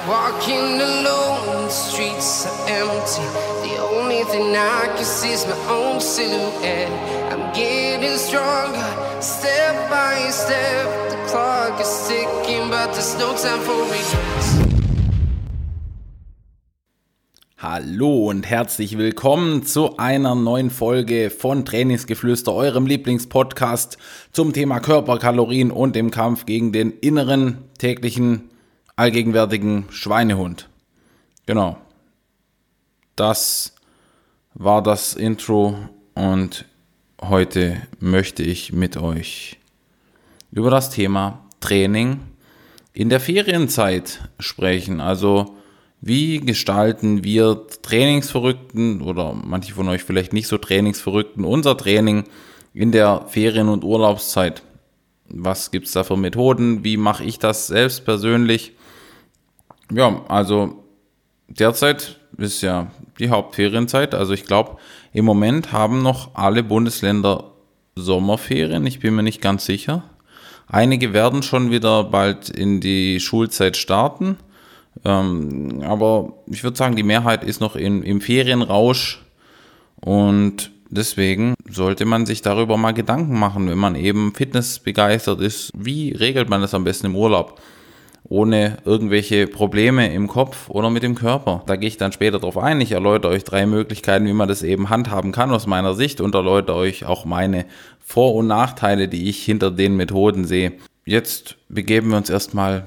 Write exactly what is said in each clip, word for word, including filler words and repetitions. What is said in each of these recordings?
Walking alone, the streets are empty. The only thing I can see is my own silhouette. I'm getting stronger, step by step. The clock is ticking, but there's no time for regrets. Hallo und herzlich willkommen zu einer neuen Folge von Trainingsgeflüster, eurem Lieblingspodcast zum Thema Körperkalorien und dem Kampf gegen den inneren, täglichen, allgegenwärtigen Schweinehund. Genau. Das war das Intro und heute möchte ich mit euch über das Thema Training in der Ferienzeit sprechen. Also wie gestalten wir Trainingsverrückten oder manche von euch vielleicht nicht so Trainingsverrückten unser Training in der Ferien- und Urlaubszeit? Was gibt es da für Methoden? Wie mache ich das selbst persönlich? Ja, also derzeit ist ja die Hauptferienzeit. Also ich glaube, im Moment haben noch alle Bundesländer Sommerferien. Ich bin mir nicht ganz sicher. Einige werden schon wieder bald in die Schulzeit starten. Ähm, aber ich würde sagen, die Mehrheit ist noch in, im Ferienrausch und deswegen sollte man sich darüber mal Gedanken machen, wenn man eben fitnessbegeistert ist. Wie regelt man das am besten im Urlaub? Ohne irgendwelche Probleme im Kopf oder mit dem Körper. Da gehe ich dann später drauf ein. Ich erläutere euch drei Möglichkeiten, wie man das eben handhaben kann aus meiner Sicht und erläutere euch auch meine Vor- und Nachteile, die ich hinter den Methoden sehe. Jetzt begeben wir uns erstmal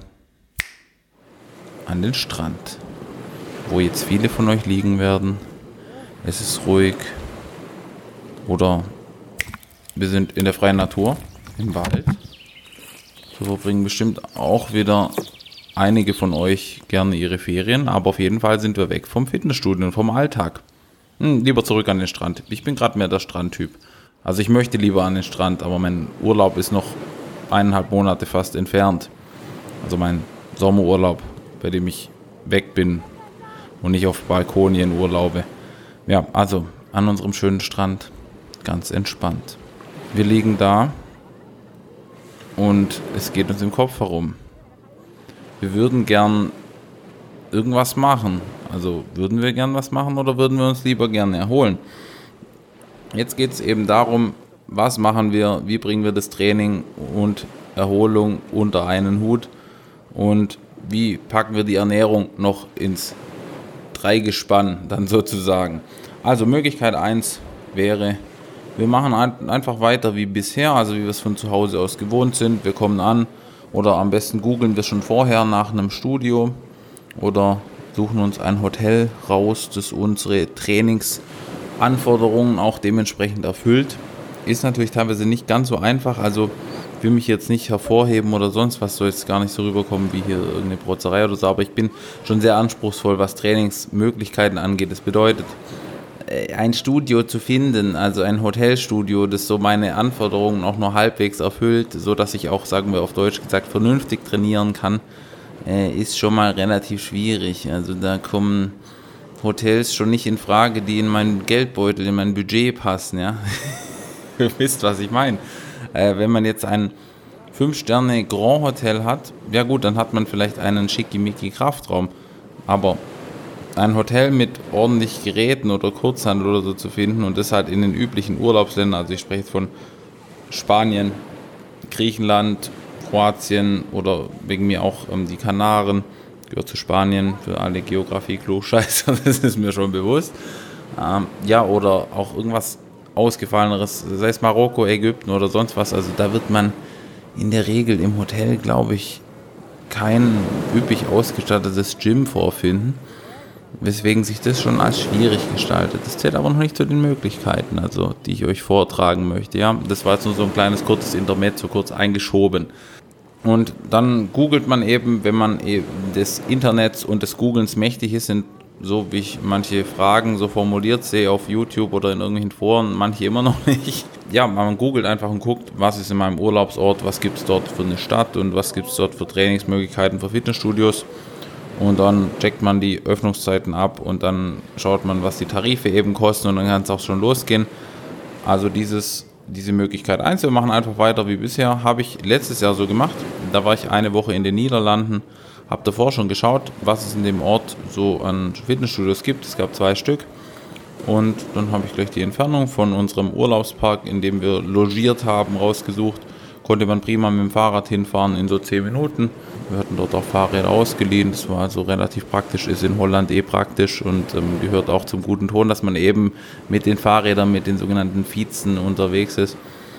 an den Strand, wo jetzt viele von euch liegen werden. Es ist ruhig oder wir sind in der freien Natur, im Wald. So verbringen bestimmt auch wieder einige von euch gerne ihre Ferien, aber auf jeden Fall sind wir weg vom Fitnessstudio und vom Alltag. Hm, lieber zurück an den Strand. Ich bin gerade mehr der Strandtyp. Also ich möchte lieber an den Strand, aber mein Urlaub ist noch eineinhalb Monate fast entfernt. Also mein Sommerurlaub, bei dem ich weg bin und nicht auf Balkonien urlaube. Ja, also an unserem schönen Strand, ganz entspannt. Wir liegen da und es geht uns im Kopf herum. Wir würden gern irgendwas machen. Also würden wir gern was machen oder würden wir uns lieber gern erholen? Jetzt geht es eben darum, was machen wir, wie bringen wir das Training und Erholung unter einen Hut und wie packen wir die Ernährung noch ins Dreigespann dann sozusagen. Also Möglichkeit eins wäre, wir machen einfach weiter wie bisher, also wie wir es von zu Hause aus gewohnt sind. Wir kommen an oder am besten googeln wir schon vorher nach einem Studio oder suchen uns ein Hotel raus, das unsere Trainingsanforderungen auch dementsprechend erfüllt. Ist natürlich teilweise nicht ganz so einfach, also ich will mich jetzt nicht hervorheben oder sonst was, soll jetzt gar nicht so rüberkommen wie hier irgendeine Protzerei oder so, aber ich bin schon sehr anspruchsvoll, was Trainingsmöglichkeiten angeht. Das bedeutet, ein Studio zu finden, also ein Hotelstudio, das so meine Anforderungen auch nur halbwegs erfüllt, so dass ich auch, sagen wir auf Deutsch gesagt, vernünftig trainieren kann, ist schon mal relativ schwierig. Also da kommen Hotels schon nicht in Frage, die in meinen Geldbeutel, in mein Budget passen, ja. Ihr wisst, was ich meine. Äh, wenn man jetzt ein fünf Sterne Grand Hotel hat, ja gut, dann hat man vielleicht einen schickimicki Kraftraum. Aber ein Hotel mit ordentlich Geräten oder Kurzhandel oder so zu finden und das halt in den üblichen Urlaubsländern, also ich spreche jetzt von Spanien, Griechenland, Kroatien oder wegen mir auch ähm, die Kanaren, gehört zu Spanien, für alle Geografie-Klugscheißer, das ist mir schon bewusst. Ähm, ja, oder auch irgendwas Ausgefalleneres, sei es Marokko, Ägypten oder sonst was, also da wird man in der Regel im Hotel, glaube ich, kein üppig ausgestattetes Gym vorfinden, weswegen sich das schon als schwierig gestaltet. Das zählt aber noch nicht zu den Möglichkeiten, also die ich euch vortragen möchte. Ja, das war jetzt nur so ein kleines kurzes Intermezzo, kurz eingeschoben. Und dann googelt man eben, wenn man eben des Internets und des Googlens mächtig ist, sind so wie ich manche Fragen so formuliert sehe auf YouTube oder in irgendwelchen Foren, manche immer noch nicht. Ja, man googelt einfach und guckt, was ist in meinem Urlaubsort, was gibt es dort für eine Stadt und was gibt es dort für Trainingsmöglichkeiten für Fitnessstudios. Und dann checkt man die Öffnungszeiten ab und dann schaut man, was die Tarife eben kosten und dann kann es auch schon losgehen. Also dieses, diese Möglichkeit eins, wir machen einfach weiter wie bisher, habe ich letztes Jahr so gemacht. Da war ich eine Woche in den Niederlanden, habe davor schon geschaut, was es in dem Ort so an Fitnessstudios gibt. Es gab zwei Stück. Und dann habe ich gleich die Entfernung von unserem Urlaubspark, in dem wir logiert haben, rausgesucht. Konnte man prima mit dem Fahrrad hinfahren in so zehn Minuten. Wir hatten dort auch Fahrräder ausgeliehen. Das war also relativ praktisch, ist in Holland eh praktisch und ähm, gehört auch zum guten Ton, dass man eben mit den Fahrrädern, mit den sogenannten Viezen unterwegs ist.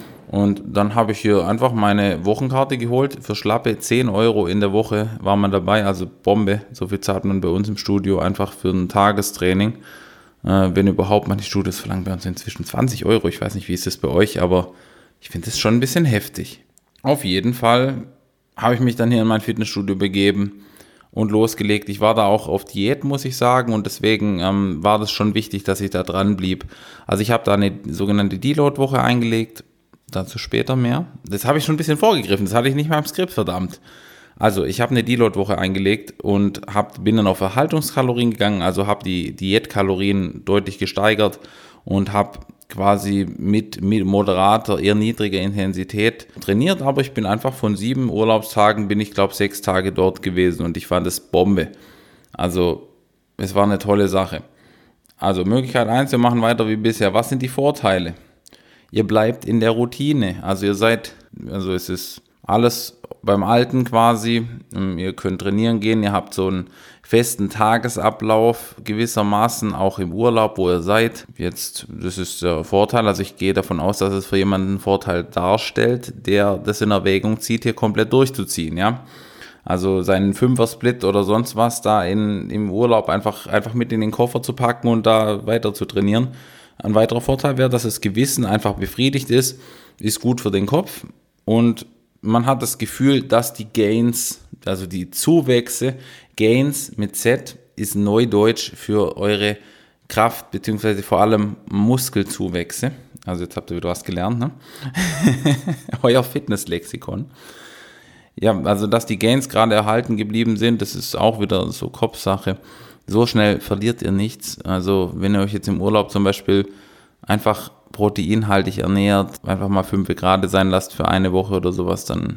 Und dann habe ich hier einfach meine Wochenkarte geholt. Für schlappe zehn Euro in der Woche war man dabei, also Bombe. So viel zahlt man bei uns im Studio einfach für ein Tagestraining. Äh, wenn überhaupt, manche Studios verlangen bei uns inzwischen zwanzig Euro. Ich weiß nicht, wie ist das bei euch, aber ich finde das schon ein bisschen heftig. Auf jeden Fall habe ich mich dann hier in mein Fitnessstudio begeben und losgelegt. Ich war da auch auf Diät, muss ich sagen, und deswegen ähm, war das schon wichtig, dass ich da dran blieb. Also ich habe da eine sogenannte Deload-Woche eingelegt, dazu später mehr. Das habe ich schon ein bisschen vorgegriffen, das hatte ich nicht mal im Skript, verdammt. Also ich habe eine Deload-Woche eingelegt und hab, bin dann auf Erhaltungskalorien gegangen, also habe die Diätkalorien deutlich gesteigert und habe quasi mit, mit moderater, eher niedriger Intensität trainiert, aber ich bin einfach von sieben Urlaubstagen, bin ich glaube sechs Tage dort gewesen und ich fand es Bombe. Also es war eine tolle Sache. Also Möglichkeit eins, wir machen weiter wie bisher. Was sind die Vorteile? Ihr bleibt in der Routine, also ihr seid, also es ist alles beim Alten quasi, ihr könnt trainieren gehen, ihr habt so einen festen Tagesablauf gewissermaßen, auch im Urlaub, wo ihr seid. Jetzt, das ist der Vorteil, also ich gehe davon aus, dass es für jemanden einen Vorteil darstellt, der das in Erwägung zieht, hier komplett durchzuziehen, ja. Also seinen Fünfer-Split oder sonst was da in, im Urlaub einfach, einfach mit in den Koffer zu packen und da weiter zu trainieren. Ein weiterer Vorteil wäre, dass das Gewissen einfach befriedigt ist, ist gut für den Kopf und man hat das Gefühl, dass die Gains, also die Zuwächse, Gains mit Z ist Neudeutsch für eure Kraft, beziehungsweise vor allem Muskelzuwächse. Also jetzt habt ihr wieder was gelernt, ne? Euer Fitnesslexikon. Ja, also dass die Gains gerade erhalten geblieben sind, das ist auch wieder so Kopfsache. So schnell verliert ihr nichts. Also wenn ihr euch jetzt im Urlaub zum Beispiel einfach proteinhaltig ernährt, einfach mal fünf Grad sein lasst für eine Woche oder sowas, dann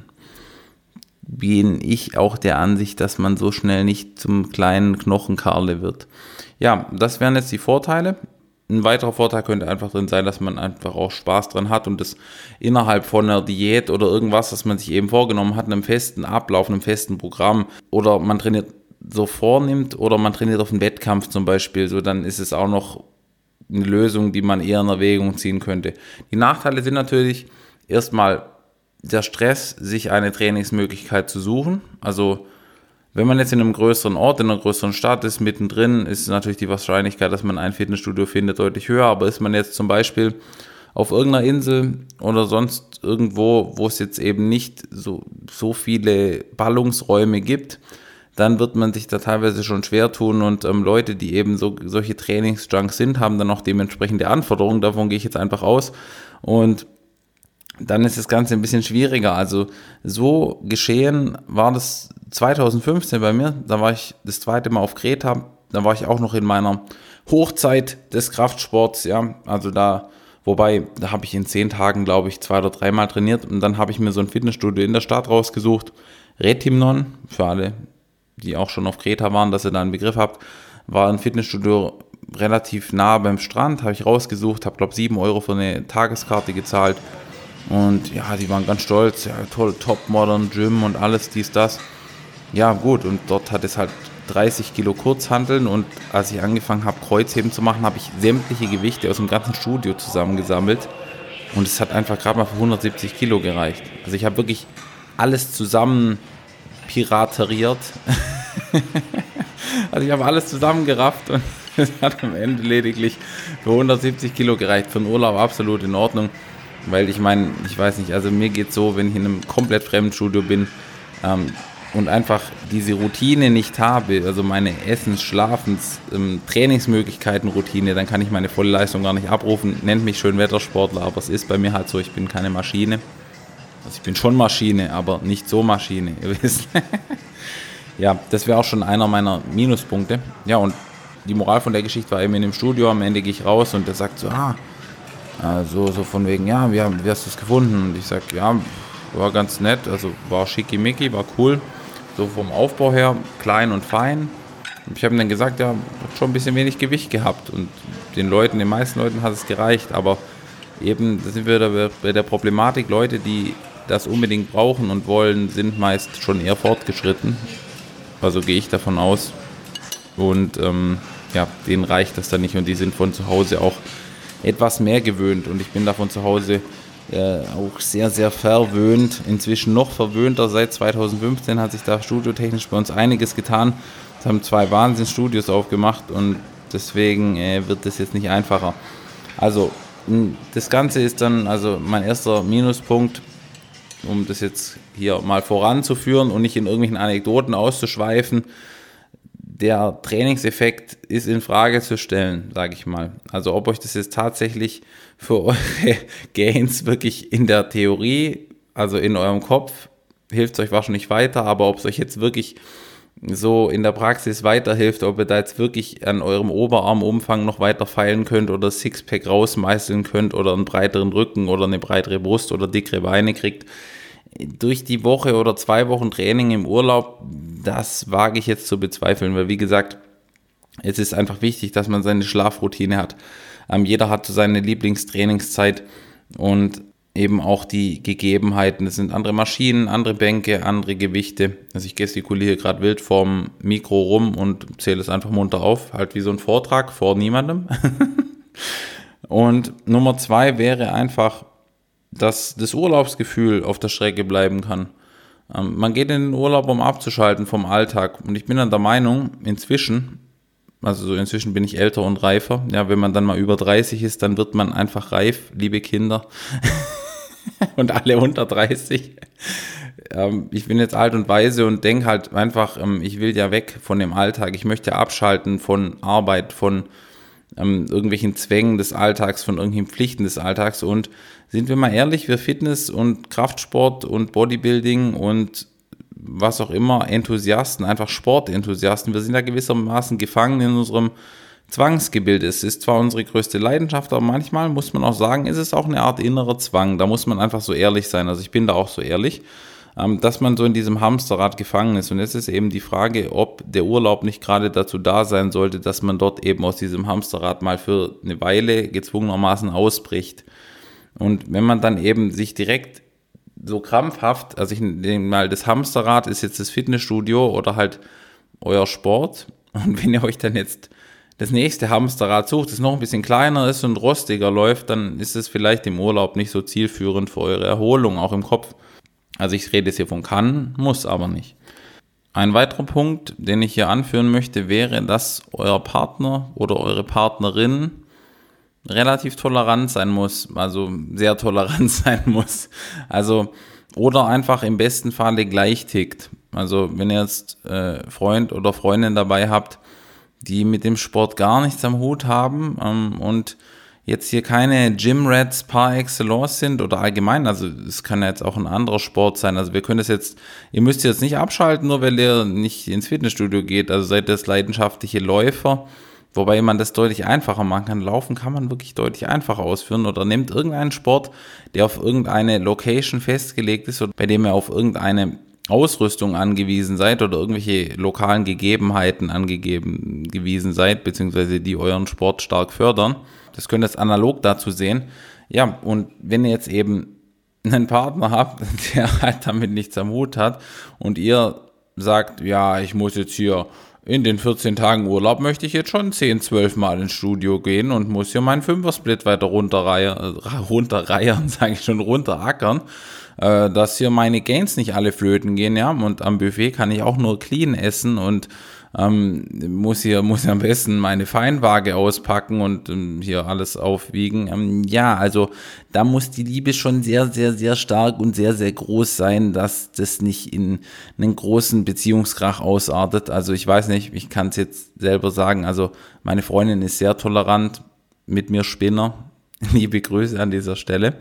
bin ich auch der Ansicht, dass man so schnell nicht zum kleinen Knochenkarle wird. Ja, das wären jetzt die Vorteile. Ein weiterer Vorteil könnte einfach drin sein, dass man einfach auch Spaß dran hat und das innerhalb von einer Diät oder irgendwas, das man sich eben vorgenommen hat, einem festen Ablauf, einem festen Programm oder man trainiert so vornimmt oder man trainiert auf einen Wettkampf zum Beispiel, so dann ist es auch noch eine Lösung, die man eher in Erwägung ziehen könnte. Die Nachteile sind natürlich erstmal der Stress, sich eine Trainingsmöglichkeit zu suchen. Also wenn man jetzt in einem größeren Ort, in einer größeren Stadt ist, mittendrin, ist natürlich die Wahrscheinlichkeit, dass man ein Fitnessstudio findet, deutlich höher. Aber ist man jetzt zum Beispiel auf irgendeiner Insel oder sonst irgendwo, wo es jetzt eben nicht so, so viele Ballungsräume gibt, dann wird man sich da teilweise schon schwer tun und ähm, Leute, die eben so solche Trainingsjunks sind, haben dann auch dementsprechende Anforderungen, davon gehe ich jetzt einfach aus und dann ist das Ganze ein bisschen schwieriger. Also so geschehen war das zwanzig fünfzehn bei mir, da war ich das zweite Mal auf Kreta, da war ich auch noch in meiner Hochzeit des Kraftsports, ja, also da, wobei, da habe ich in zehn Tagen, glaube ich, zwei oder dreimal trainiert und dann habe ich mir so ein Fitnessstudio in der Stadt rausgesucht, Retimnon, für alle, die auch schon auf Kreta waren, dass ihr da einen Begriff habt, war ein Fitnessstudio relativ nah beim Strand, habe ich rausgesucht, habe glaube ich sieben Euro für eine Tageskarte gezahlt und ja, die waren ganz stolz, ja toll, top modern Gym und alles dies, das. Ja gut, und dort hat es halt dreißig Kilo Kurzhanteln und als ich angefangen habe Kreuzheben zu machen, habe ich sämtliche Gewichte aus dem ganzen Studio zusammengesammelt und es hat einfach gerade mal für hundertsiebzig Kilo gereicht. Also ich habe wirklich alles zusammen pirateriert. Also ich habe alles zusammengerafft und es hat am Ende lediglich für hundertsiebzig Kilo gereicht. Für einen Urlaub absolut in Ordnung, weil ich meine, ich weiß nicht, also mir geht es so, wenn ich in einem komplett fremden Studio bin ähm, und einfach diese Routine nicht habe, also meine Essens-, Schlafens-, ähm, Trainingsmöglichkeiten, Routine, dann kann ich meine volle Leistung gar nicht abrufen. Nennt mich schön Wettersportler, aber es ist bei mir halt so, ich bin keine Maschine. Also ich bin schon Maschine, aber nicht so Maschine, ihr wisst. Ja, das wäre auch schon einer meiner Minuspunkte. Ja, und die Moral von der Geschichte war eben in dem Studio, am Ende gehe ich raus und der sagt so, ah, so, so von wegen, ja, wie, wie hast du es gefunden? Und ich sag, ja, war ganz nett, also war schickimicki, war cool. so vom Aufbau her klein und fein. Ich habe dann gesagt, ja, hat schon ein bisschen wenig Gewicht gehabt und den Leuten, den meisten Leuten hat es gereicht, aber eben, da sind wir bei der Problematik, Leute, die das unbedingt brauchen und wollen, sind meist schon eher fortgeschritten, also gehe ich davon aus und ähm, ja, denen reicht das dann nicht und die sind von zu Hause auch etwas mehr gewöhnt und ich bin da von zu Hause äh, auch sehr, sehr verwöhnt, inzwischen noch verwöhnter, seit zweitausendfünfzehn hat sich da studiotechnisch bei uns einiges getan. Wir haben zwei Wahnsinnsstudios aufgemacht und deswegen äh, wird das jetzt nicht einfacher. Also das Ganze ist dann, also mein erster Minuspunkt, um das jetzt hier mal voranzuführen und nicht in irgendwelchen Anekdoten auszuschweifen, der Trainingseffekt ist in Frage zu stellen, sage ich mal. Also ob euch das jetzt tatsächlich für eure Gains wirklich in der Theorie, also in eurem Kopf, hilft es euch wahrscheinlich weiter, aber ob es euch jetzt wirklich so in der Praxis weiterhilft, ob ihr da jetzt wirklich an eurem Oberarmumfang noch weiter feilen könnt oder Sixpack rausmeißeln könnt oder einen breiteren Rücken oder eine breitere Brust oder dickere Beine kriegt, durch die Woche oder zwei Wochen Training im Urlaub, das wage ich jetzt zu bezweifeln, weil wie gesagt, es ist einfach wichtig, dass man seine Schlafroutine hat. Ähm, jeder hat so seine Lieblingstrainingszeit und eben auch die Gegebenheiten. Das sind andere Maschinen, andere Bänke, andere Gewichte. Also ich gestikuliere gerade wild vorm Mikro rum und zähle es einfach munter auf, halt wie so ein Vortrag vor niemandem. Und Nummer zwei wäre einfach, dass das Urlaubsgefühl auf der Strecke bleiben kann. Ähm, man geht in den Urlaub, um abzuschalten vom Alltag. Und ich bin dann der Meinung, inzwischen, also so inzwischen bin ich älter und reifer. Ja, wenn man dann mal über dreißig ist, dann wird man einfach reif, liebe Kinder. Und alle unter dreißig. Ähm, ich bin jetzt alt und weise und denke halt einfach, ähm, ich will ja weg von dem Alltag. Ich möchte abschalten von Arbeit, von ähm, irgendwelchen Zwängen des Alltags, von irgendwelchen Pflichten des Alltags. Und sind wir mal ehrlich, wir Fitness- und Kraftsport und Bodybuilding und was auch immer, Enthusiasten, einfach Sportenthusiasten, wir sind da gewissermaßen gefangen in unserem Zwangsgebilde. Es ist zwar unsere größte Leidenschaft, aber manchmal muss man auch sagen, ist es auch eine Art innerer Zwang. Da muss man einfach so ehrlich sein. Also ich bin da auch so ehrlich, dass man so in diesem Hamsterrad gefangen ist. Und jetzt ist eben die Frage, ob der Urlaub nicht gerade dazu da sein sollte, dass man dort eben aus diesem Hamsterrad mal für eine Weile gezwungenermaßen ausbricht. Und wenn man dann eben sich direkt so krampfhaft, also ich nehme mal, das Hamsterrad ist jetzt das Fitnessstudio oder halt euer Sport. Und wenn ihr euch dann jetzt das nächste Hamsterrad sucht, das noch ein bisschen kleiner ist und rostiger läuft, dann ist es vielleicht im Urlaub nicht so zielführend für eure Erholung, auch im Kopf. Also ich rede jetzt hier von kann, muss aber nicht. Ein weiterer Punkt, den ich hier anführen möchte, wäre, dass euer Partner oder eure Partnerin relativ tolerant sein muss, also sehr tolerant sein muss. Also oder einfach im besten Falle gleich tickt. Also wenn ihr jetzt äh, Freund oder Freundin dabei habt, die mit dem Sport gar nichts am Hut haben ähm, und jetzt hier keine Gym-Rats par excellence sind oder allgemein, also es kann ja jetzt auch ein anderer Sport sein, also wir können das jetzt, ihr müsst jetzt nicht abschalten, nur weil ihr nicht ins Fitnessstudio geht, also seid ihr leidenschaftliche Läufer, wobei man das deutlich einfacher machen kann. Laufen kann man wirklich deutlich einfacher ausführen oder nehmt irgendeinen Sport, der auf irgendeine Location festgelegt ist oder bei dem ihr auf irgendeine Ausrüstung angewiesen seid oder irgendwelche lokalen Gegebenheiten angegeben gewesen seid, beziehungsweise die euren Sport stark fördern. Das könnt ihr jetzt analog dazu sehen. Ja, und wenn ihr jetzt eben einen Partner habt, der halt damit nichts am Hut hat und ihr sagt, ja, ich muss jetzt hier in den vierzehn Tagen Urlaub möchte ich jetzt schon zehn, zwölf Mal ins Studio gehen und muss hier meinen Fünfer-Split weiter runterreiern, runterreiern, sage ich schon, runterackern, äh, dass hier meine Gains nicht alle flöten gehen, ja, und am Buffet kann ich auch nur clean essen und ähm, muss hier muss hier am besten meine Feinwaage auspacken und ähm, hier alles aufwiegen. Ähm, ja, also da muss die Liebe schon sehr, sehr, sehr stark und sehr, sehr groß sein, dass das nicht in einen großen Beziehungskrach ausartet. Also ich weiß nicht, ich kann es jetzt selber sagen, also meine Freundin ist sehr tolerant, mit mir Spinner, liebe Grüße an dieser Stelle.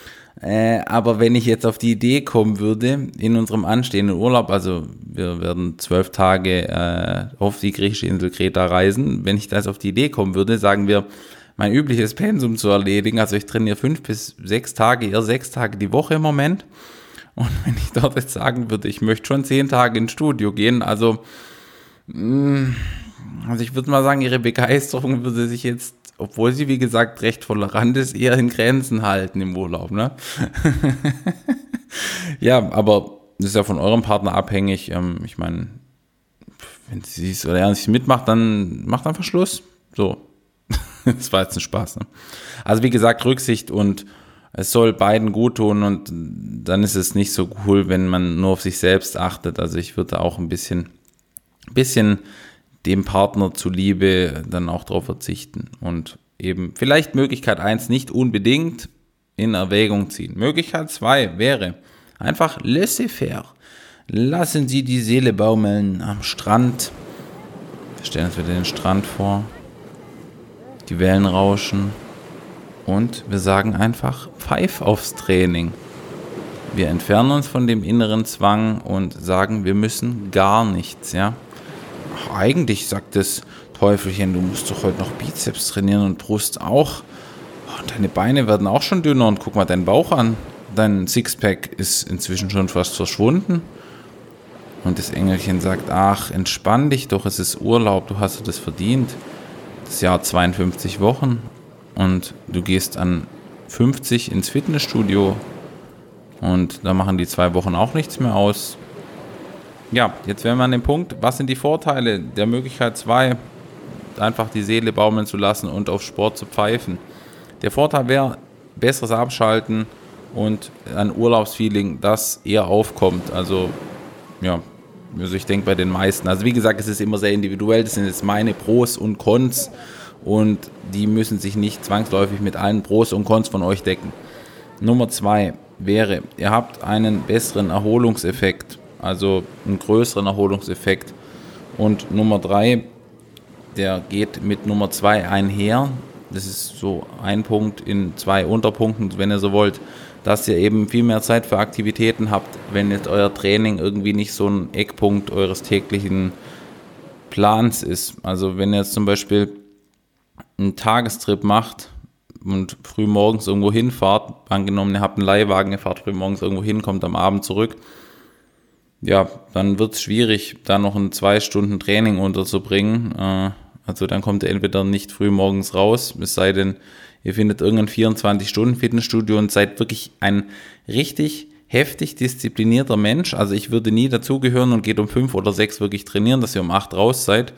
Äh, aber wenn ich jetzt auf die Idee kommen würde, in unserem anstehenden Urlaub, also wir werden zwölf Tage äh, auf die griechische Insel Kreta reisen, wenn ich da jetzt auf die Idee kommen würde, sagen wir, mein übliches Pensum zu erledigen, also ich trainiere fünf bis sechs Tage, eher sechs Tage die Woche im Moment Und wenn ich dort jetzt sagen würde, ich möchte schon zehn Tage ins Studio gehen, also, also ich würde mal sagen, ihre Begeisterung würde sich jetzt, obwohl sie wie gesagt recht tolerant ist, eher in Grenzen halten im Urlaub, ne? Ja, aber das ist ja von eurem Partner abhängig. Ich meine, wenn sie es oder er nicht mitmacht, dann macht einfach Schluss. So. Das war jetzt ein Spaß, ne? Also wie gesagt, Rücksicht, und es soll beiden gut tun, und dann ist es nicht so cool, wenn man nur auf sich selbst achtet. Also ich würde auch ein bisschen, bisschen dem Partner zuliebe dann auch darauf verzichten und eben vielleicht Möglichkeit eins nicht unbedingt in Erwägung ziehen. Möglichkeit zwei wäre einfach laissez-faire. Lassen Sie die Seele baumeln am Strand. Wir stellen uns wieder den Strand vor. Die Wellen rauschen. Und wir sagen einfach Pfeif aufs Training. Wir entfernen uns von dem inneren Zwang und sagen, wir müssen gar nichts, ja. Ach, eigentlich sagt das Teufelchen, du musst doch heute noch Bizeps trainieren und Brust auch. Und deine Beine werden auch schon dünner, und guck mal deinen Bauch an. Dein Sixpack ist inzwischen schon fast verschwunden. Und das Engelchen sagt, ach, entspann dich doch, es ist Urlaub, du hast das verdient. Das Jahr zweiundfünfzig Wochen, und du gehst an fünfzig ins Fitnessstudio, und da machen die zwei Wochen auch nichts mehr aus. Ja, jetzt wären wir an dem Punkt, was sind die Vorteile der Möglichkeit zwei, einfach die Seele baumeln zu lassen und auf Sport zu pfeifen. Der Vorteil wäre besseres Abschalten und ein Urlaubsfeeling, das eher aufkommt. Also, ja, also ich denke bei den meisten. Also wie gesagt, es ist immer sehr individuell. Das sind jetzt meine Pros und Cons, und die müssen sich nicht zwangsläufig mit allen Pros und Cons von euch decken. Nummer zwei wäre, ihr habt einen besseren Erholungseffekt, also einen größeren Erholungseffekt. Und Nummer drei, der geht mit Nummer zwei einher. Das ist so ein Punkt in zwei Unterpunkten, wenn ihr so wollt, dass ihr eben viel mehr Zeit für Aktivitäten habt, wenn jetzt euer Training irgendwie nicht so ein Eckpunkt eures täglichen Plans ist. Also wenn ihr jetzt zum Beispiel einen Tagestrip macht und früh morgens irgendwo hinfahrt, angenommen ihr habt einen Leihwagen, ihr fahrt früh morgens irgendwo hin, kommt am Abend zurück, ja, dann wird es schwierig, da noch ein zwei Stunden Training unterzubringen. Also dann kommt ihr entweder nicht früh morgens raus, es sei denn, ihr findet irgendein vierundzwanzig-Stunden-Fitnessstudio und seid wirklich ein richtig heftig disziplinierter Mensch. Also ich würde nie dazugehören und geht um fünf oder sechs wirklich trainieren, dass ihr um acht raus seid.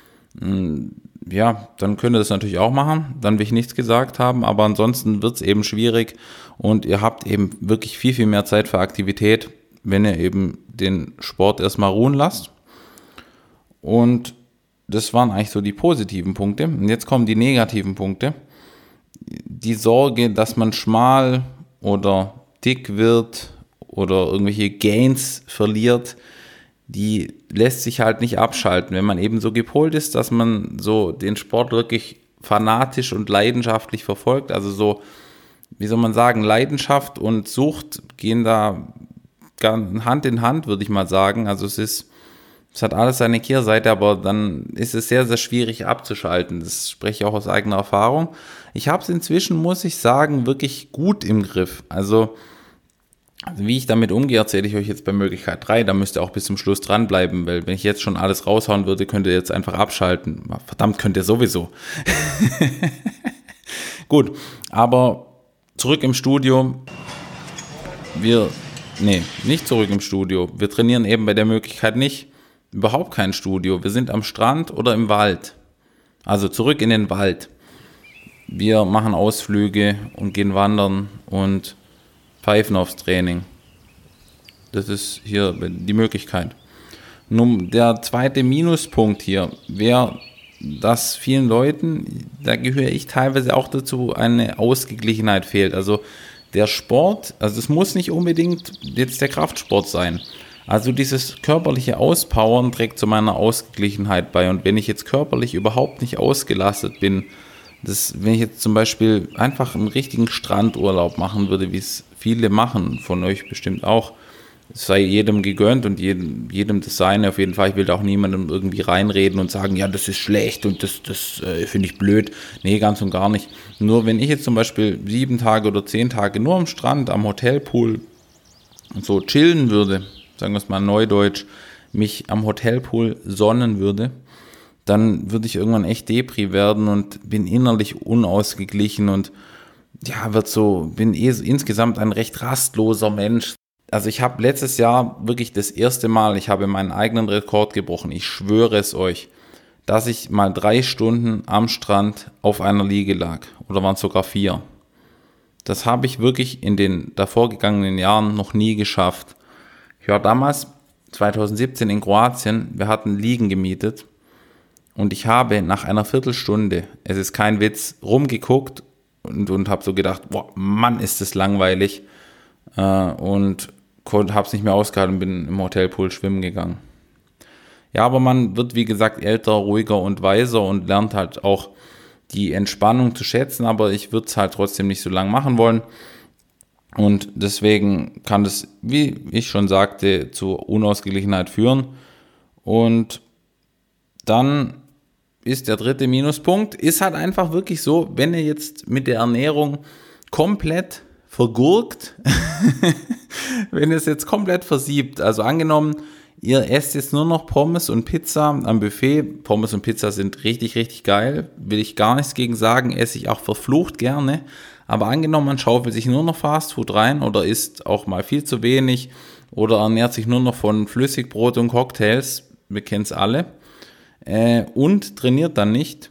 Ja, dann könnt ihr das natürlich auch machen. Dann will ich nichts gesagt haben, aber ansonsten wird es eben schwierig, und ihr habt eben wirklich viel, viel mehr Zeit für Aktivität, wenn ihr eben den Sport erstmal ruhen lasst. Und das waren eigentlich so die positiven Punkte. Und jetzt kommen die negativen Punkte. Die Sorge, dass man schmal oder dick wird oder irgendwelche Gains verliert, die lässt sich halt nicht abschalten, wenn man eben so gepolt ist, dass man so den Sport wirklich fanatisch und leidenschaftlich verfolgt. Also so, wie soll man sagen, Leidenschaft und Sucht gehen da Hand in Hand, würde ich mal sagen. Also es ist, es hat alles seine Kehrseite, aber dann ist es sehr, sehr schwierig abzuschalten. Das spreche ich auch aus eigener Erfahrung. Ich habe es inzwischen, muss ich sagen, wirklich gut im Griff. Also, also wie ich damit umgehe, erzähle ich euch jetzt bei Möglichkeit drei. Da müsst ihr auch bis zum Schluss dranbleiben, weil wenn ich jetzt schon alles raushauen würde, könnt ihr jetzt einfach abschalten. Verdammt, könnt ihr sowieso. Gut, aber zurück im Studio. Wir, nee, nicht zurück im Studio. Wir trainieren eben bei der Möglichkeit nicht. Überhaupt kein Studio. Wir sind am Strand oder im Wald. Also zurück in den Wald. Wir machen Ausflüge und gehen wandern und pfeifen aufs Training. Das ist hier die Möglichkeit. Nun, der zweite Minuspunkt hier wäre, dass vielen Leuten, da gehöre ich teilweise auch dazu, eine Ausgeglichenheit fehlt. Also der Sport, also es muss nicht unbedingt jetzt der Kraftsport sein. Also dieses körperliche Auspowern trägt zu meiner Ausgeglichenheit bei. Und wenn ich jetzt körperlich überhaupt nicht ausgelastet bin, das, wenn ich jetzt zum Beispiel einfach einen richtigen Strandurlaub machen würde, wie es viele machen, von euch bestimmt auch, es sei jedem gegönnt und jedem, jedem das Seine auf jeden Fall. Ich will da auch niemandem irgendwie reinreden und sagen, ja, das ist schlecht und das, das äh, finde ich blöd. Nee, ganz und gar nicht. Nur wenn ich jetzt zum Beispiel sieben Tage oder zehn Tage nur am Strand, am Hotelpool so chillen würde, sagen wir es mal neudeutsch, mich am Hotelpool sonnen würde, dann würde ich irgendwann echt Depri werden und bin innerlich unausgeglichen und ja, wird so, bin eh insgesamt ein recht rastloser Mensch. Also ich habe letztes Jahr wirklich das erste Mal, ich habe meinen eigenen Rekord gebrochen, ich schwöre es euch, dass ich mal drei Stunden am Strand auf einer Liege lag. Oder waren es sogar vier. Das habe ich wirklich in den davor gegangenen Jahren noch nie geschafft. Ich war damals, zwanzig siebzehn in Kroatien, wir hatten Liegen gemietet und ich habe nach einer Viertelstunde, es ist kein Witz, rumgeguckt und, und habe so gedacht, boah, Mann, ist das langweilig äh, und habe es nicht mehr ausgehalten und bin im Hotelpool schwimmen gegangen. Ja, aber man wird, wie gesagt, älter, ruhiger und weiser und lernt halt auch die Entspannung zu schätzen, aber ich würde es halt trotzdem nicht so lang machen wollen. Und deswegen kann das, wie ich schon sagte, zu Unausgeglichenheit führen. Und dann ist der dritte Minuspunkt, ist halt einfach wirklich so, wenn ihr jetzt mit der Ernährung komplett vergurkt, wenn ihr es jetzt komplett versiebt, also angenommen, ihr esst jetzt nur noch Pommes und Pizza am Buffet, Pommes und Pizza sind richtig, richtig geil, will ich gar nichts gegen sagen, esse ich auch verflucht gerne, aber angenommen, man schaufelt sich nur noch Fastfood rein oder isst auch mal viel zu wenig oder ernährt sich nur noch von Flüssigbrot und Cocktails, wir kennen es alle, äh, und trainiert dann nicht,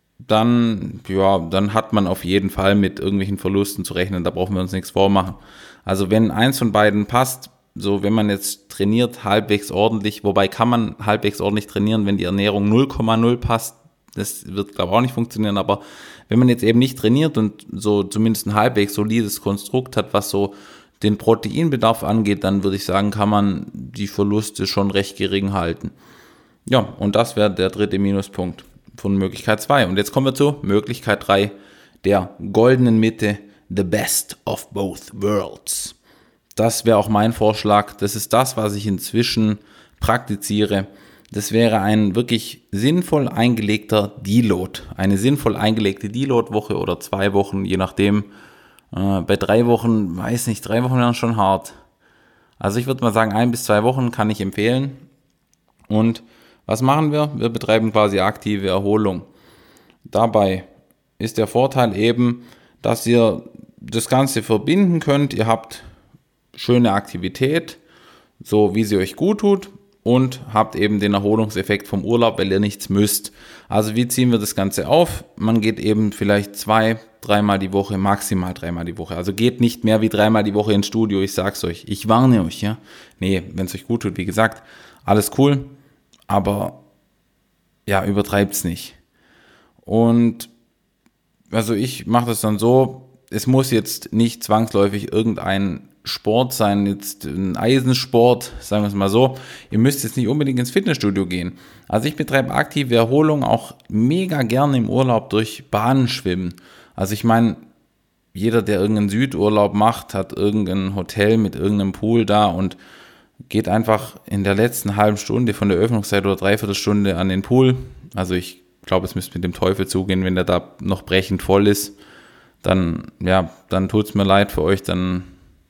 dann, ja, dann hat man auf jeden Fall mit irgendwelchen Verlusten zu rechnen, da brauchen wir uns nichts vormachen. Also wenn eins von beiden passt, so wenn man jetzt trainiert halbwegs ordentlich, wobei kann man halbwegs ordentlich trainieren, wenn die Ernährung null Komma null passt, das wird glaube ich auch nicht funktionieren, aber wenn man jetzt eben nicht trainiert und so zumindest ein halbwegs solides Konstrukt hat, was so den Proteinbedarf angeht, dann würde ich sagen, kann man die Verluste schon recht gering halten. Ja, und das wäre der dritte Minuspunkt von Möglichkeit zwei. Und jetzt kommen wir zu Möglichkeit drei, der goldenen Mitte, the best of both worlds. Das wäre auch mein Vorschlag. Das ist das, was ich inzwischen praktiziere. Das wäre ein wirklich sinnvoll eingelegter Deload. Eine sinnvoll eingelegte Deload-Woche oder zwei Wochen, je nachdem. Äh, bei drei Wochen, weiß nicht, drei Wochen wären schon hart. Also ich würde mal sagen, ein bis zwei Wochen kann ich empfehlen. Und was machen wir? Wir betreiben quasi aktive Erholung. Dabei ist der Vorteil eben, dass ihr das Ganze verbinden könnt. Ihr habt schöne Aktivität, so wie sie euch gut tut und habt eben den Erholungseffekt vom Urlaub, weil ihr nichts müsst. Also wie ziehen wir das Ganze auf? Man geht eben vielleicht zwei, dreimal die Woche, maximal dreimal die Woche. Also geht nicht mehr wie dreimal die Woche ins Studio, ich sag's euch. Ich warne euch, ja. Nee, wenn es euch gut tut, wie gesagt, alles cool, aber ja, übertreibt's nicht. Und also ich mache das dann so, es muss jetzt nicht zwangsläufig irgendein Sport sein, jetzt ein Eisensport, sagen wir es mal so. Ihr müsst jetzt nicht unbedingt ins Fitnessstudio gehen. Also ich betreibe aktive Erholung auch mega gerne im Urlaub durch Bahnenschwimmen. Also ich meine, jeder, der irgendeinen Südurlaub macht, hat irgendein Hotel mit irgendeinem Pool da und geht einfach in der letzten halben Stunde von der Öffnungszeit oder Dreiviertelstunde an den Pool. Also ich glaube, es müsste mit dem Teufel zugehen, wenn der da noch brechend voll ist. Dann, ja, dann tut es mir leid für euch, dann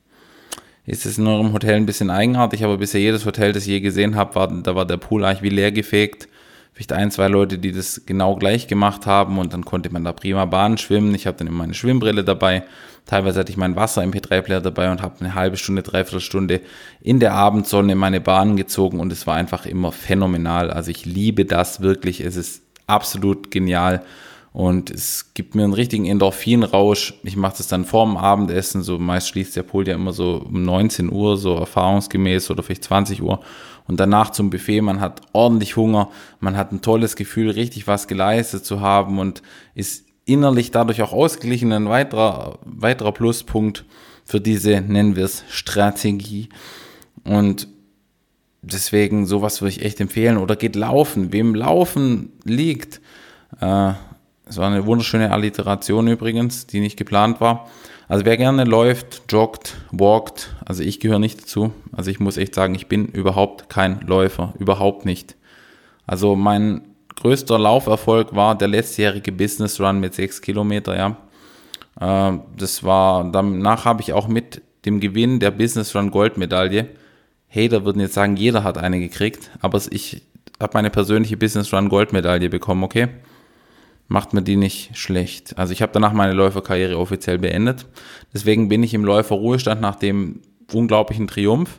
ist es in eurem Hotel ein bisschen eigenartig, aber bisher jedes Hotel, das ich je gesehen habe, war, da war der Pool eigentlich wie leer gefegt. Vielleicht ein, zwei Leute, die das genau gleich gemacht haben und dann konnte man da prima Bahn schwimmen. Ich habe dann immer meine Schwimmbrille dabei. Teilweise hatte ich mein Wasser-M P drei Player dabei und habe eine halbe Stunde, dreiviertel Stunde in der Abendsonne meine Bahnen gezogen und es war einfach immer phänomenal. Also ich liebe das wirklich. Es ist absolut genial. Und es gibt mir einen richtigen Endorphinrausch. Ich mache das dann vorm Abendessen, so meist schließt der Pool ja immer so um neunzehn Uhr, so erfahrungsgemäß oder vielleicht zwanzig Uhr. Und danach zum Buffet, man hat ordentlich Hunger, man hat ein tolles Gefühl, richtig was geleistet zu haben und ist innerlich dadurch auch ausgeglichen. Ein weiterer, weiterer Pluspunkt für diese, nennen wir es, Strategie. Und deswegen, sowas würde ich echt empfehlen. Oder geht laufen, wem Laufen liegt, äh, es war eine wunderschöne Alliteration übrigens, die nicht geplant war. Also wer gerne läuft, joggt, walkt, also ich gehöre nicht dazu. Also ich muss echt sagen, ich bin überhaupt kein Läufer, überhaupt nicht. Also mein größter Lauferfolg war der letztjährige Business Run mit sechs Kilometer, ja. Das war, danach habe ich auch mit dem Gewinn der Business Run Goldmedaille. Hater würden jetzt sagen, jeder hat eine gekriegt, aber ich habe meine persönliche Business Run Goldmedaille bekommen, okay? Macht mir die nicht schlecht. Also ich habe danach meine Läuferkarriere offiziell beendet. Deswegen bin ich im Läuferruhestand nach dem unglaublichen Triumph.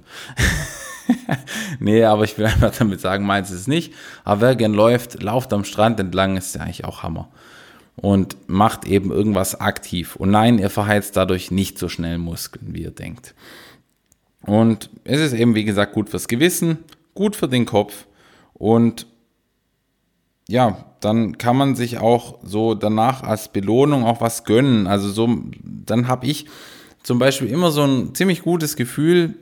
Nee, aber ich will einfach damit sagen, meins ist es nicht. Aber wer gern läuft, lauft am Strand entlang, ist ja eigentlich auch Hammer. Und macht eben irgendwas aktiv. Und nein, ihr verheizt dadurch nicht so schnell Muskeln, wie ihr denkt. Und es ist eben, wie gesagt, gut fürs Gewissen, gut für den Kopf. Und ja, dann kann man sich auch so danach als Belohnung auch was gönnen. Also so, dann habe ich zum Beispiel immer so ein ziemlich gutes Gefühl,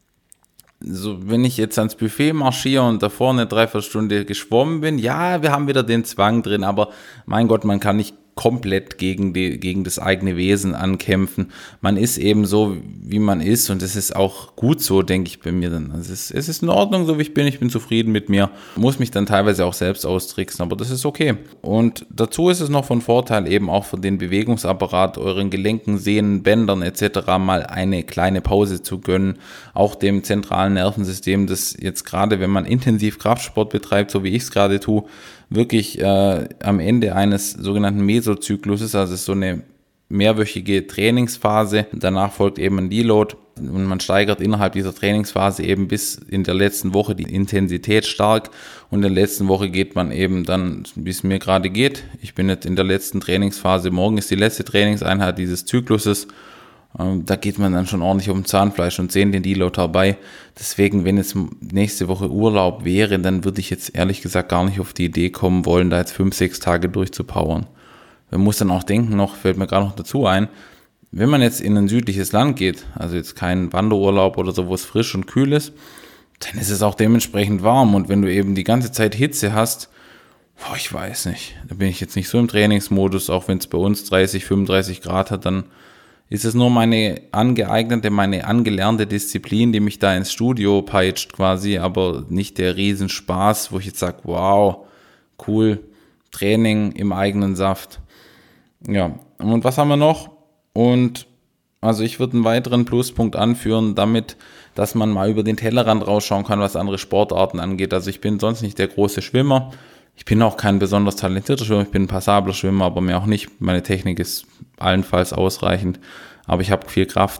so wenn ich jetzt ans Buffet marschiere und davor eine Dreiviertelstunde geschwommen bin, ja, wir haben wieder den Zwang drin, aber mein Gott, man kann nicht komplett gegen, die, gegen das eigene Wesen ankämpfen. Man ist eben so, wie man ist und es ist auch gut so, denke ich bei mir dann. Also es, ist, es ist in Ordnung, so wie ich bin, ich bin zufrieden mit mir, muss mich dann teilweise auch selbst austricksen, aber das ist okay. Und dazu ist es noch von Vorteil, eben auch für den Bewegungsapparat, euren Gelenken, Sehnen, Bändern et cetera mal eine kleine Pause zu gönnen, auch dem zentralen Nervensystem, das jetzt gerade, wenn man intensiv Kraftsport betreibt, so wie ich es gerade tue, wirklich äh, am Ende eines sogenannten Mesozykluses, also es ist so eine mehrwöchige Trainingsphase, danach folgt eben ein Deload und man steigert innerhalb dieser Trainingsphase eben bis in der letzten Woche die Intensität stark und in der letzten Woche geht man eben dann, wie es mir gerade geht. Ich bin jetzt in der letzten Trainingsphase, morgen ist die letzte Trainingseinheit dieses Zykluses. Da geht man dann schon ordentlich um Zahnfleisch und sehen den Deload herbei. Deswegen, wenn jetzt nächste Woche Urlaub wäre, dann würde ich jetzt ehrlich gesagt gar nicht auf die Idee kommen wollen, da jetzt fünf, sechs Tage durchzupowern. Man muss dann auch denken noch, fällt mir gerade noch dazu ein, wenn man jetzt in ein südliches Land geht, also jetzt kein Wanderurlaub oder so, wo es frisch und kühl ist, dann ist es auch dementsprechend warm. Und wenn du eben die ganze Zeit Hitze hast, boah, ich weiß nicht, da bin ich jetzt nicht so im Trainingsmodus, auch wenn es bei uns dreißig, fünfunddreißig Grad hat, dann ist es nur meine angeeignete, meine angelernte Disziplin, die mich da ins Studio peitscht quasi, aber nicht der Riesenspaß, wo ich jetzt sage, wow, cool, Training im eigenen Saft. Ja, und was haben wir noch? Und also ich würde einen weiteren Pluspunkt anführen, damit, dass man mal über den Tellerrand rausschauen kann, was andere Sportarten angeht. Also ich bin sonst nicht der große Schwimmer. Ich bin auch kein besonders talentierter Schwimmer, ich bin ein passabler Schwimmer, aber mehr auch nicht. Meine Technik ist allenfalls ausreichend, aber ich habe viel Kraft.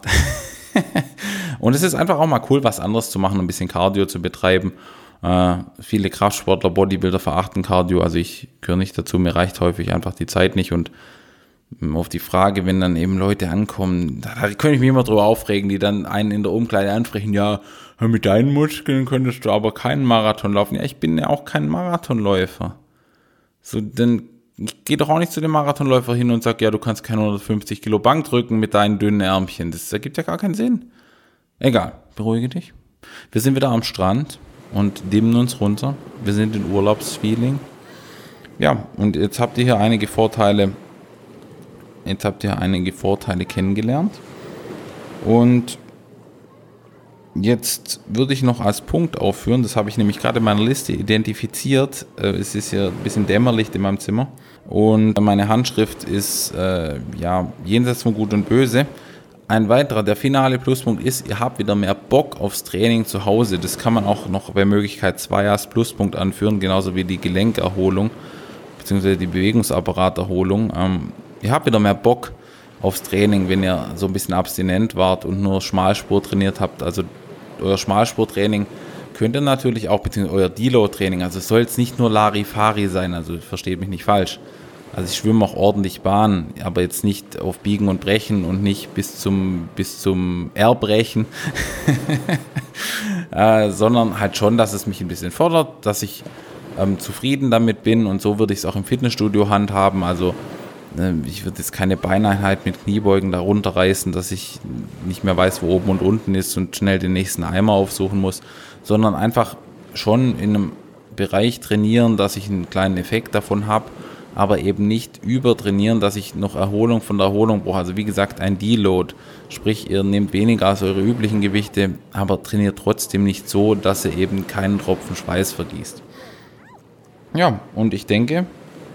Und es ist einfach auch mal cool, was anderes zu machen, ein bisschen Cardio zu betreiben. Äh, viele Kraftsportler, Bodybuilder verachten Cardio, also ich gehöre nicht dazu, mir reicht häufig einfach die Zeit nicht. Und auf die Frage, wenn dann eben Leute ankommen, da, da könnte ich mich immer drüber aufregen, die dann einen in der Umkleide ansprechen, ja, mit deinen Muskeln könntest du aber keinen Marathon laufen. Ja, ich bin ja auch kein Marathonläufer. So, dann ich gehe doch auch nicht zu dem Marathonläufer hin und sage, ja, du kannst keine hundertfünfzig Kilo Bank drücken mit deinen dünnen Ärmchen. Das ergibt ja gar keinen Sinn. Egal, beruhige dich. Wir sind wieder am Strand und dimmen uns runter. Wir sind in Urlaubsfeeling. Ja, und jetzt habt ihr hier einige Vorteile, jetzt habt ihr einige Vorteile kennengelernt. Und jetzt würde ich noch als Punkt aufführen, das habe ich nämlich gerade in meiner Liste identifiziert. Es ist ja ein bisschen Dämmerlicht in meinem Zimmer und meine Handschrift ist äh, ja jenseits von Gut und Böse. Ein weiterer, der finale Pluspunkt ist, ihr habt wieder mehr Bock aufs Training zu Hause. Das kann man auch noch bei Möglichkeit zwei als Pluspunkt anführen, genauso wie die Gelenkerholung bzw. die Bewegungsapparaterholung. Ähm, ihr habt wieder mehr Bock aufs Training, wenn ihr so ein bisschen abstinent wart und nur Schmalspur trainiert habt. Also euer Schmalspurtraining könnt ihr natürlich auch, beziehungsweise euer Deload-Training, also es soll jetzt nicht nur Larifari sein, also versteht mich nicht falsch. Also ich schwimme auch ordentlich Bahn, aber jetzt nicht auf Biegen und Brechen und nicht bis zum, bis zum Erbrechen, äh, sondern halt schon, dass es mich ein bisschen fordert, dass ich ähm, zufrieden damit bin und so würde ich es auch im Fitnessstudio handhaben. Also äh, ich würde jetzt keine Beineinheit mit Kniebeugen da runterreißen, dass ich nicht mehr weiß, wo oben und unten ist und schnell den nächsten Eimer aufsuchen muss, sondern einfach schon in einem Bereich trainieren, dass ich einen kleinen Effekt davon habe, aber eben nicht übertrainieren, dass ich noch Erholung von der Erholung brauche. Also wie gesagt, ein Deload, sprich ihr nehmt weniger als eure üblichen Gewichte, aber trainiert trotzdem nicht so, dass ihr eben keinen Tropfen Schweiß vergießt. Ja, und ich denke,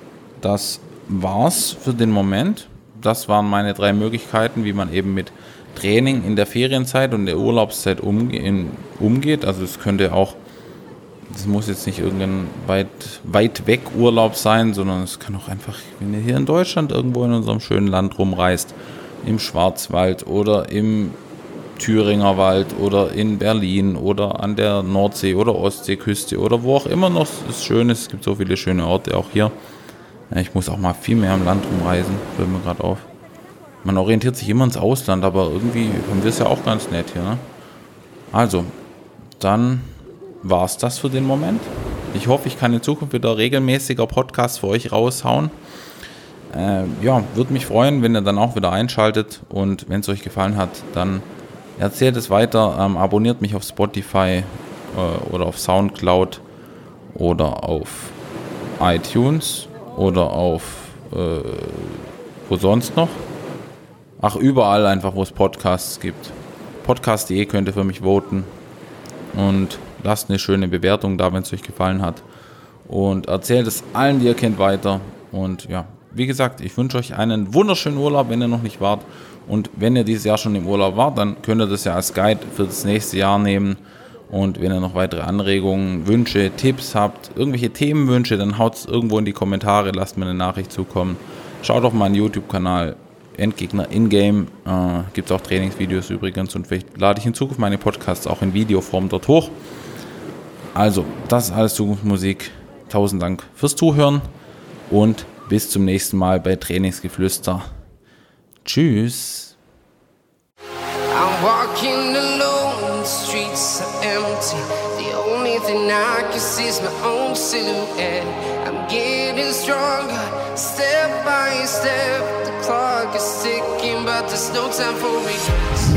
das war's für den Moment. Das waren meine drei Möglichkeiten, wie man eben mit Training in der Ferienzeit und der Urlaubszeit umge- umgeht. Also es könnte auch, das muss jetzt nicht irgendein weit, weit weg Urlaub sein, sondern es kann auch einfach, wenn ihr hier in Deutschland irgendwo in unserem schönen Land rumreist, im Schwarzwald oder im Thüringer Wald oder in Berlin oder an der Nordsee- oder Ostseeküste oder wo auch immer noch es schön ist. Es gibt so viele schöne Orte auch hier. Ja, ich muss auch mal viel mehr im Land rumreisen, fällt mir gerade auf. Man orientiert sich immer ins Ausland, aber irgendwie haben wir es ja auch ganz nett hier. Ne? Also, dann war es das für den Moment. Ich hoffe, ich kann in Zukunft wieder regelmäßiger Podcasts für euch raushauen. Äh, ja, würde mich freuen, wenn ihr dann auch wieder einschaltet und wenn es euch gefallen hat, dann erzählt es weiter, ähm, abonniert mich auf Spotify äh, oder auf Soundcloud oder auf iTunes oder auf äh, wo sonst noch? Ach, überall einfach, wo es Podcasts gibt. podcast punkt de könnt ihr für mich voten und lasst eine schöne Bewertung da, wenn es euch gefallen hat und erzählt es allen, die ihr kennt, weiter. Und ja, wie gesagt, ich wünsche euch einen wunderschönen Urlaub, wenn ihr noch nicht wart. Und wenn ihr dieses Jahr schon im Urlaub wart, dann könnt ihr das ja als Guide für das nächste Jahr nehmen. Und wenn ihr noch weitere Anregungen, Wünsche, Tipps habt, irgendwelche Themenwünsche, dann haut es irgendwo in die Kommentare, lasst mir eine Nachricht zukommen. Schaut auf meinen YouTube-Kanal Endgegner Ingame, äh, gibt es auch Trainingsvideos übrigens und vielleicht lade ich in Zukunft meine Podcasts auch in Videoform dort hoch. Also, das ist alles Zukunftsmusik. Tausend Dank fürs Zuhören und bis zum nächsten Mal bei Trainingsgeflüster. Tschüss. I'm walking alone, the streets are empty. The only thing I can see is my own silhouette. I'm getting stronger, step by step. The clock is ticking, but there's no time for regrets.